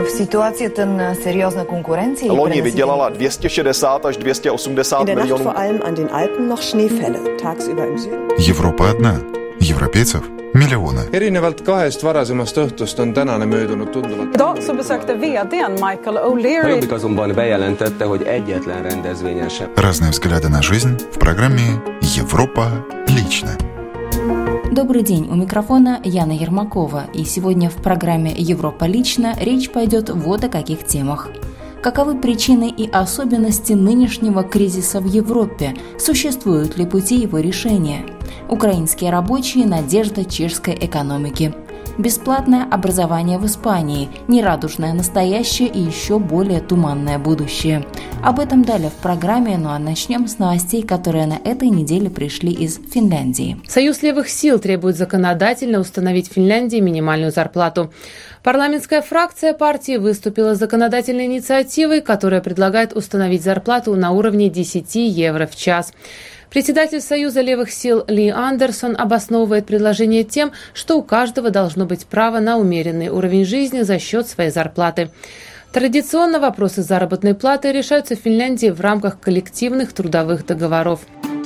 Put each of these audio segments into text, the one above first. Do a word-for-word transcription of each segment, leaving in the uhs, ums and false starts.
V situaci ten seriózna konkurenci. Loni vydělala dvě stě šedesát až dvě stě osmdesát milionů. Vor allem an den Alpen noch Schneefälle, tagsüber im Süden. Европа одна. Европейцев миллионы. Erinevalt kahest varasemast õhtust on tänane möödunud tunduvalt. Idag så besökte V D:n Michael O'Leary. Jobbik azonban bejelentette, hogy egyetlen rendezvényen sem. Разные взгляды на жизнь в программе «Европа лично». Добрый день, у микрофона Яна Ермакова, и сегодня в программе «Европа лично» речь пойдет вот о каких темах. Каковы причины и особенности нынешнего кризиса в Европе? Существуют ли пути его решения? Украинские рабочие – надежда чешской экономики. Бесплатное образование в Испании, нерадужное настоящее и еще более туманное будущее. Об этом далее в программе, ну а начнем с новостей, которые на этой неделе пришли из Финляндии. Союз левых сил требует законодательно установить в Финляндии минимальную зарплату. Парламентская фракция партии выступила с законодательной инициативой, которая предлагает установить зарплату на уровне десять евро в час. Председатель Союза левых сил Ли Андерсон обосновывает предложение тем, что у каждого должно быть право на умеренный уровень жизни за счет своей зарплаты. Традиционно вопросы заработной платы решаются в Финляндии в рамках коллективных трудовых договоров.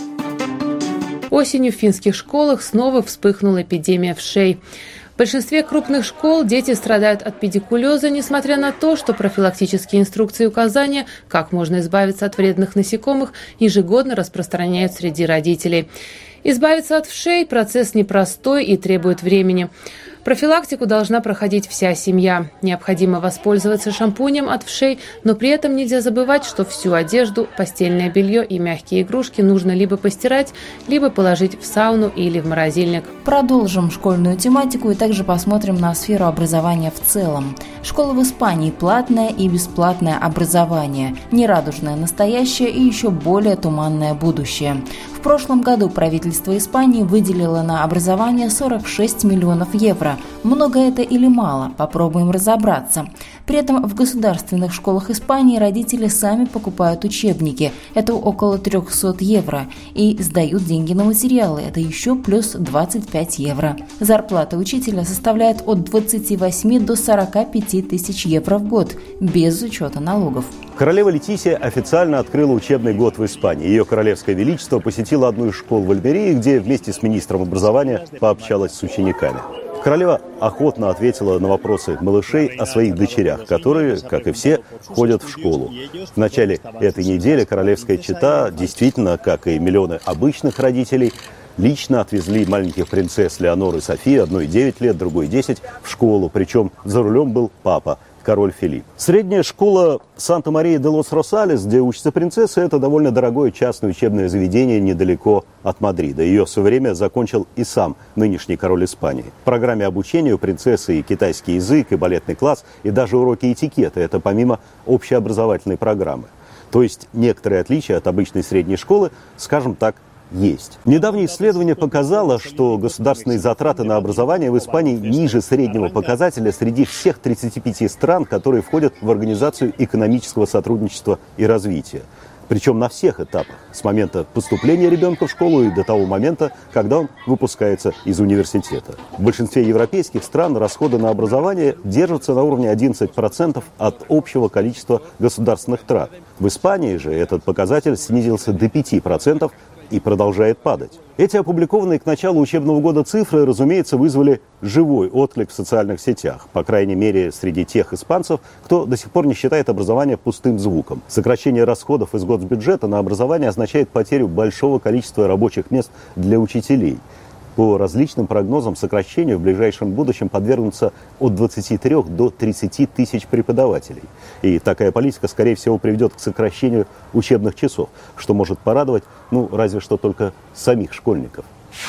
Осенью в финских школах снова вспыхнула эпидемия вшей. В большинстве крупных школ дети страдают от педикулеза, несмотря на то, что профилактические инструкции и указания, как можно избавиться от вредных насекомых, ежегодно распространяют среди родителей. Избавиться от вшей – процесс непростой и требует времени. Профилактику должна проходить вся семья. Необходимо воспользоваться шампунем от вшей, но при этом нельзя забывать, что всю одежду, постельное белье и мягкие игрушки нужно либо постирать, либо положить в сауну или в морозильник. Продолжим школьную тематику и также посмотрим на сферу образования в целом. Школа в Испании – платное и бесплатное образование, нерадужное настоящее и еще более туманное будущее. В прошлом году правительство Испании выделило на образование сорок шесть миллионов евро. Много это или мало? Попробуем разобраться. При этом в государственных школах Испании родители сами покупают учебники. Это около триста евро. И сдают деньги на материалы. Это еще плюс двадцать пять евро. Зарплата учителя составляет от двадцати восьми до сорока пяти тысяч евро в год, без учета налогов. Королева Летисия официально открыла учебный год в Испании. Ее королевское величество посетило одну из школ в Альмерии, где вместе с министром образования пообщалась с учениками. Королева охотно ответила на вопросы малышей о своих дочерях, которые, как и все, ходят в школу. В начале этой недели королевская чета действительно, как и миллионы обычных родителей, лично отвезли маленьких принцесс Леонор и Софии, одной девять лет, другой десять, в школу. Причем за рулем был папа, король Филипп. Средняя школа Санта-Мария-де-Лос-Росалес, где учатся принцессы, это довольно дорогое частное учебное заведение недалеко от Мадрида. Ее в свое время закончил и сам нынешний король Испании. В программе обучения у принцессы и китайский язык, и балетный класс, и даже уроки этикета. Это помимо общеобразовательной программы. То есть некоторые отличия от обычной средней школы, скажем так, есть. Недавнее исследование показало, что государственные затраты на образование в Испании ниже среднего показателя среди всех тридцати пяти стран, которые входят в Организацию экономического сотрудничества и развития. Причем на всех этапах, с момента поступления ребенка в школу и до того момента, когда он выпускается из университета. В большинстве европейских стран расходы на образование держатся на уровне одиннадцати процентов от общего количества государственных трат. В Испании же этот показатель снизился до пяти процентов и продолжает падать. Эти опубликованные к началу учебного года цифры, разумеется, вызвали живой отклик в социальных сетях. По крайней мере, среди тех испанцев, кто до сих пор не считает образование пустым звуком. Сокращение расходов из госбюджета на образование означает потерю большого количества рабочих мест для учителей. По различным прогнозам, сокращению в ближайшем будущем подвергнутся от двадцати трёх до тридцати тысяч преподавателей. И такая политика, скорее всего, приведет к сокращению учебных часов, что может порадовать, ну, разве что только самих школьников.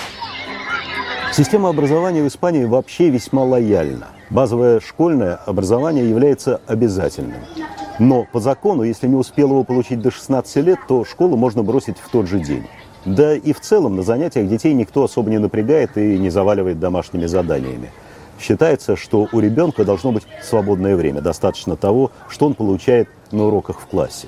Система образования в Испании вообще весьма лояльна. Базовое школьное образование является обязательным. Но по закону, если не успел его получить до шестнадцати лет, то школу можно бросить в тот же день. Да и в целом на занятиях детей никто особо не напрягает и не заваливает домашними заданиями. Считается, что у ребенка должно быть свободное время, достаточно того, что он получает на уроках в классе.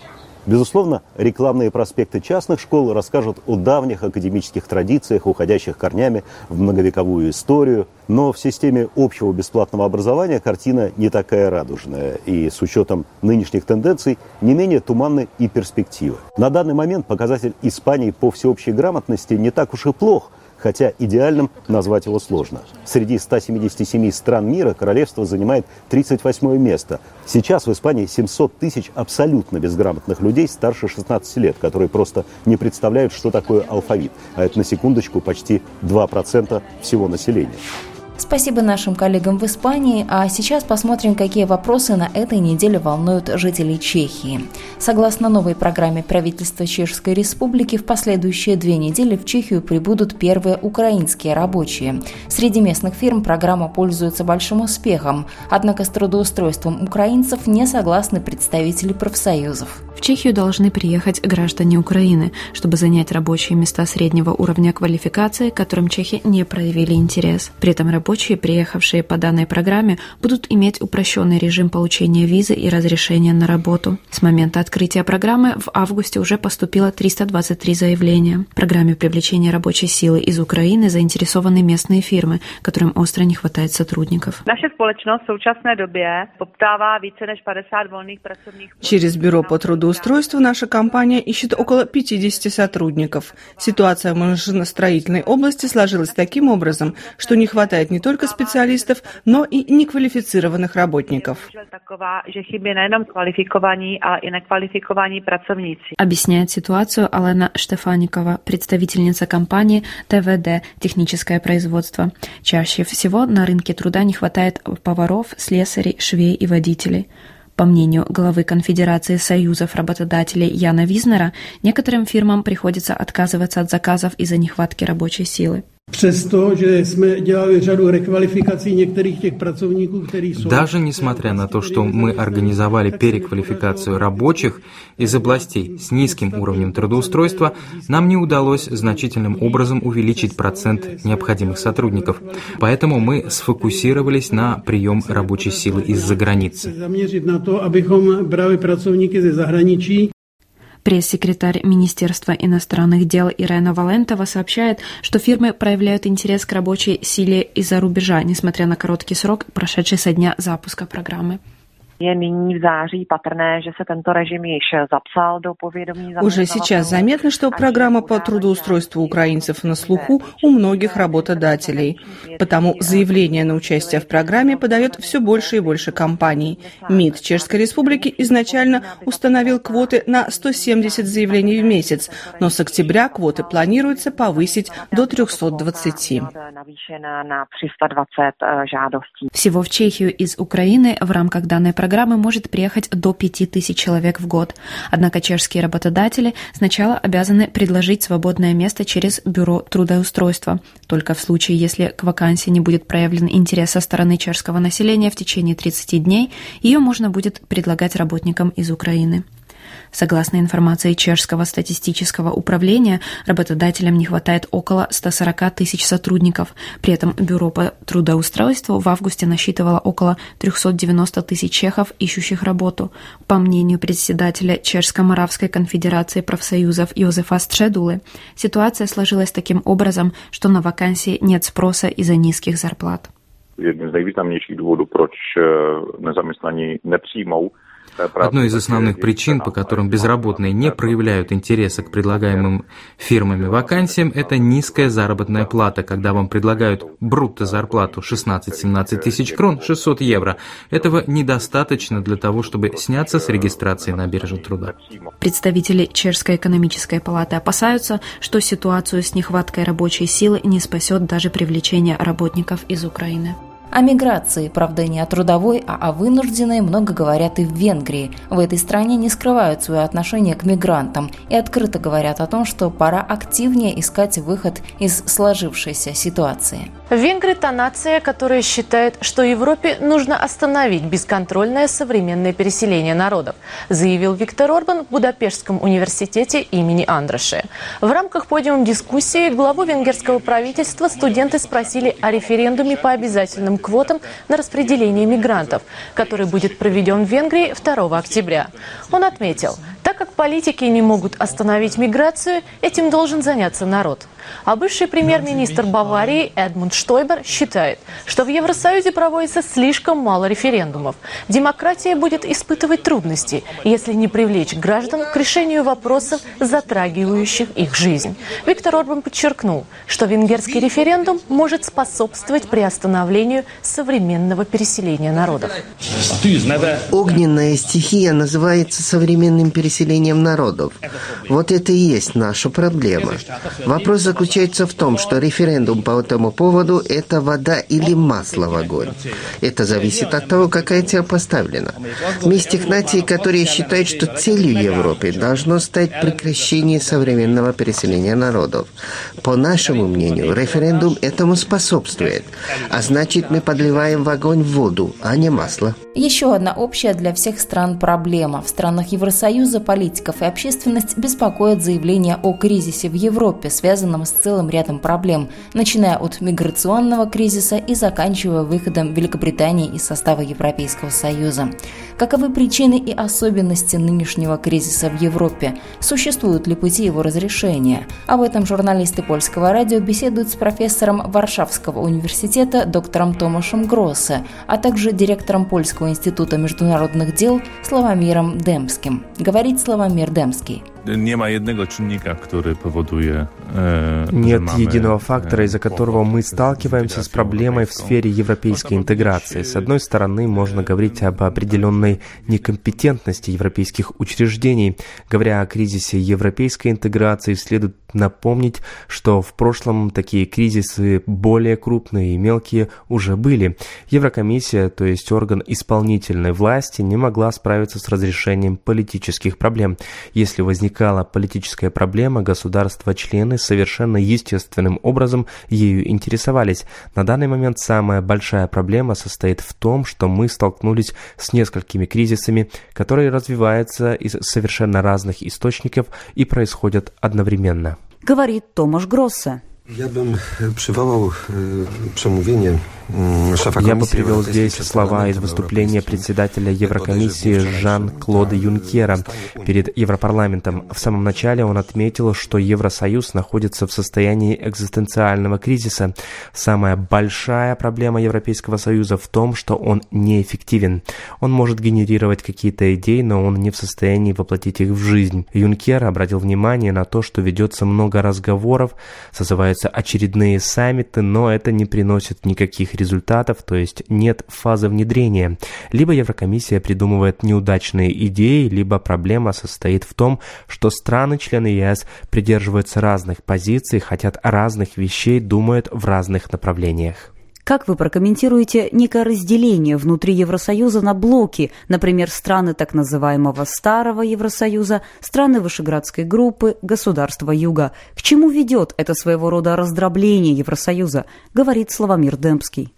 Безусловно, рекламные проспекты частных школ расскажут о давних академических традициях, уходящих корнями в многовековую историю. Но в системе общего бесплатного образования картина не такая радужная. И с учетом нынешних тенденций не менее туманны и перспективы. На данный момент показатель Испании по всеобщей грамотности не так уж и плох, хотя идеальным назвать его сложно. Среди ста семидесяти семи стран мира королевство занимает тридцать восьмое место. Сейчас в Испании семьсот тысяч абсолютно безграмотных людей старше шестнадцати лет, которые просто не представляют, что такое алфавит. А это, на секундочку, почти два процента всего населения. Спасибо нашим коллегам в Испании, а сейчас посмотрим, какие вопросы на этой неделе волнуют жителей Чехии. Согласно новой программе правительства Чешской Республики, в последующие две недели в Чехию прибудут первые украинские рабочие. Среди местных фирм программа пользуется большим успехом, однако с трудоустройством украинцев не согласны представители профсоюзов. В Чехию должны приехать граждане Украины, чтобы занять рабочие места среднего уровня квалификации, к которым чехи не проявили интерес. При этом рабочие, приехавшие по данной программе, будут иметь упрощенный режим получения визы и разрешения на работу. С момента открытия программы в августе уже поступило триста двадцать три заявления. В программе привлечения рабочей силы из Украины заинтересованы местные фирмы, которым остро не хватает сотрудников. Наша спolečnost v současné době poptává více než padesát volných pracovních. Через бюро по трудоустройству наша компания ищет около пятидесяти сотрудников. Ситуация в машиностроительной области сложилась таким образом, что не хватает не только специалистов, но и неквалифицированных работников. Объясняет ситуацию Алена Штефаникова, представительница компании ТВД «Техническое производство». Чаще всего на рынке труда не хватает поваров, слесарей, швей и водителей. По мнению главы Конфедерации союзов работодателей Яна Визнера, некоторым фирмам приходится отказываться от заказов из-за нехватки рабочей силы. Даже несмотря на то, что мы организовали переквалификацию рабочих из областей с низким уровнем трудоустройства, нам не удалось значительным образом увеличить процент необходимых сотрудников. Поэтому мы сфокусировались на прием рабочей силы из-за границы. Пресс-секретарь Министерства иностранных дел Ирена Валентова сообщает, что фирмы проявляют интерес к рабочей силе из-за рубежа, несмотря на короткий срок, прошедший со дня запуска программы. Уже сейчас заметно, что программа по трудоустройству украинцев на слуху у многих работодателей. Потому заявление на участие в программе подает все больше и больше компаний. МИД Чешской Республики изначально установил квоты на сто семьдесят заявлений в месяц, но с октября квоты планируется повысить до трехсот двадцати. Всего в Чехию из Украины в рамках данной программы программы может приехать до пяти тысяч человек в год. Однако чешские работодатели сначала обязаны предложить свободное место через бюро трудоустройства. Только в случае, если к вакансии не будет проявлен интерес со стороны чешского населения в течение тридцати дней, ее можно будет предлагать работникам из Украины. Согласно информации Чешского статистического управления, работодателям не хватает около ста сорока тысяч сотрудников. При этом Бюро по трудоустройству в августе насчитывало около трехсот девяноста тысяч чехов, ищущих работу. По мнению председателя Чешско-Моравской конфедерации профсоюзов Йозефа Стředuly, ситуация сложилась таким образом, что на вакансии нет спроса из-за низких зарплат. Jedním z nejvýznamnějších důvodů, proč nezaměstnaní nepřijmou. Одной из основных причин, по которым безработные не проявляют интереса к предлагаемым фирмами вакансиям, это низкая заработная плата, когда вам предлагают брутто-зарплату шестнадцать-семнадцать тысяч крон, шестьсот евро. Этого недостаточно для того, чтобы сняться с регистрации на бирже труда. Представители Чешской экономической палаты опасаются, что ситуацию с нехваткой рабочей силы не спасет даже привлечение работников из Украины. О миграции, правда, не о трудовой, а о вынужденной, много говорят и в Венгрии. В этой стране не скрывают свое отношение к мигрантам и открыто говорят о том, что пора активнее искать выход из сложившейся ситуации. Венгры – та нация, которая считает, что Европе нужно остановить бесконтрольное современное переселение народов, заявил Виктор Орбан в Будапештском университете имени Андроши. В рамках подиум-дискуссии главу венгерского правительства студенты спросили о референдуме по обязательным квотам на распределение мигрантов, который будет проведен в Венгрии второго октября. Он отметил, так Так как политики не могут остановить миграцию, этим должен заняться народ. А бывший премьер-министр Баварии Эдмунд Штойбер считает, что в Евросоюзе проводится слишком мало референдумов. Демократия будет испытывать трудности, если не привлечь граждан к решению вопросов, затрагивающих их жизнь. Виктор Орбан подчеркнул, что венгерский референдум может способствовать приостановлению современного переселения народов. Огненная стихия называется современным переселением народов. Вот это и есть наша проблема. Вопрос заключается в том, что референдум по этому поводу – это вода или масло в огонь. Это зависит от того, какая цель поставлена. Мы из тех наций, которые считают, что целью Европы должно стать прекращение современного переселения народов. По нашему мнению, референдум этому способствует. А значит, мы подливаем в огонь воду, а не масло. Еще одна общая для всех стран проблема. В странах Евросоюза политиков и общественность беспокоят заявления о кризисе в Европе, связанном с целым рядом проблем, начиная от миграционного кризиса и заканчивая выходом Великобритании из состава Европейского Союза. Каковы причины и особенности нынешнего кризиса в Европе? Существуют ли пути его разрешения? Об этом журналисты Польского радио беседуют с профессором Варшавского университета доктором Томашем Гроссе, а также директором Польского института международных дел Славомиром Демским. Говорит Славомир Демский. Нет единого фактора, из-за которого мы сталкиваемся с проблемой в сфере европейской интеграции. С одной стороны, можно говорить об определенной некомпетентности европейских учреждений. Говоря о кризисе европейской интеграции, следует напомнить, что в прошлом такие кризисы более крупные и мелкие уже были. Еврокомиссия, то есть орган исполнительной власти, не могла справиться с разрешением политических проблем. Если возникает политическая проблема, государства-члены совершенно естественным образом ею интересовались. На данный момент самая большая проблема состоит в том, что мы столкнулись с несколькими кризисами, которые развиваются из совершенно разных источников и происходят одновременно. Говорит Томаш Гроссе. Я бы привел промовение Я бы привел здесь слова из выступления председателя Еврокомиссии Жан-Клода Юнкера перед Европарламентом. В самом начале он отметил, что Евросоюз находится в состоянии экзистенциального кризиса. Самая большая проблема Европейского Союза в том, что он неэффективен. Он может генерировать какие-то идеи, но он не в состоянии воплотить их в жизнь. Юнкер обратил внимание на то, что ведется много разговоров, созываются очередные саммиты, но это не приносит никаких результатов, то есть нет фазы внедрения. Либо Еврокомиссия придумывает неудачные идеи, либо проблема состоит в том, что страны-члены ЕС придерживаются разных позиций, хотят разных вещей, думают в разных направлениях. Как вы прокомментируете некое разделение внутри Евросоюза на блоки, например, страны так называемого Старого Евросоюза, страны Вышеградской группы, государства Юга? К чему ведет это своего рода раздробление Евросоюза, говорит Славомир Демский.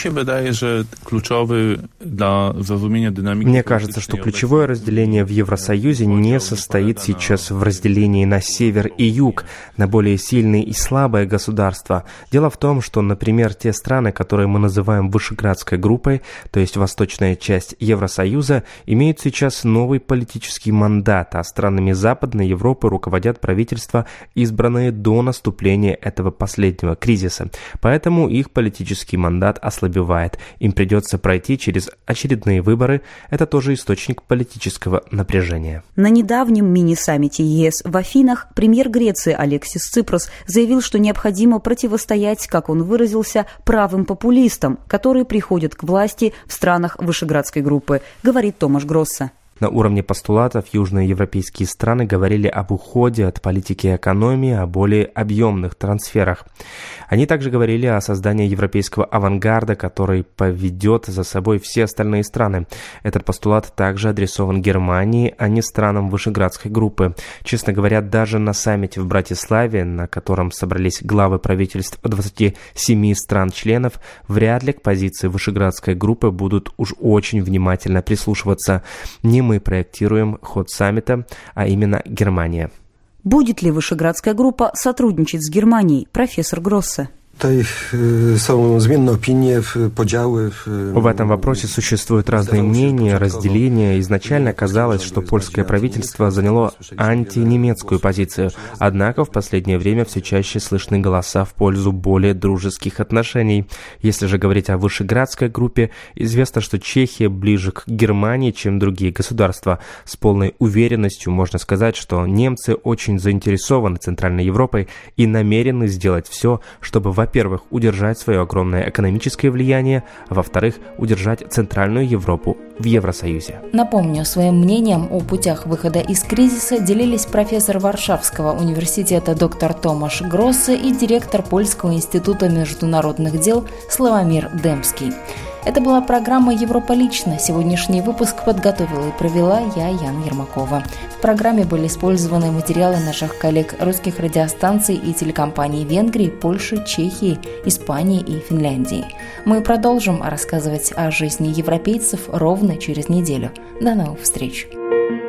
Мне кажется, что ключевое разделение в Евросоюзе не состоит сейчас в разделении на север и юг, на более сильные и слабые государства. Дело в том, что, например, те страны, которые мы называем Вышеградской группой, то есть восточная часть Евросоюза, имеют сейчас новый политический мандат, а странами Западной Европы руководят правительства, избранные до наступления этого последнего кризиса. Поэтому их политический мандат ослабевает. Им придется пройти через очередные выборы. Это тоже источник политического напряжения. На недавнем мини-саммите ЕС в Афинах премьер Греции Алексис Ципрос заявил, что необходимо противостоять, как он выразился, правым популистам, которые приходят к власти в странах Вышеградской группы, говорит Томаш Гроссе. На уровне постулатов южные европейские страны говорили об уходе от политики экономии, о более объемных трансферах. Они также говорили о создании европейского авангарда, который поведет за собой все остальные страны. Этот постулат также адресован Германии, а не странам Вышеградской группы. Честно говоря, даже на саммите в Братиславе, на котором собрались главы правительств двадцати семи стран-членов, вряд ли к позиции Вышеградской группы будут уж очень внимательно прислушиваться. Не мы проектируем ход саммита, а именно Германия. Будет ли Вышеградская группа сотрудничать с Германией, профессор Гроссе? В этом вопросе существуют разные мнения, разделения. Изначально казалось, что польское правительство заняло антинемецкую позицию. Однако в последнее время все чаще слышны голоса в пользу более дружеских отношений. Если же говорить о Вышеградской группе, известно, что Чехия ближе к Германии, чем другие государства. С полной уверенностью можно сказать, что немцы очень заинтересованы Центральной Европой и намерены сделать все, чтобы, во-первых, удержать свое огромное экономическое влияние, а во-вторых, удержать Центральную Европу в Евросоюзе. Напомню, своим мнением о путях выхода из кризиса делились профессор Варшавского университета доктор Томаш Гроссе и директор Польского института международных дел Славомир Демский. Это была программа «Европа лично». Сегодняшний выпуск подготовила и провела я, Яна Ермакова. В программе были использованы материалы наших коллег русских радиостанций и телекомпаний Венгрии, Польши, Чехии, Испании и Финляндии. Мы продолжим рассказывать о жизни европейцев ровно через неделю. До новых встреч!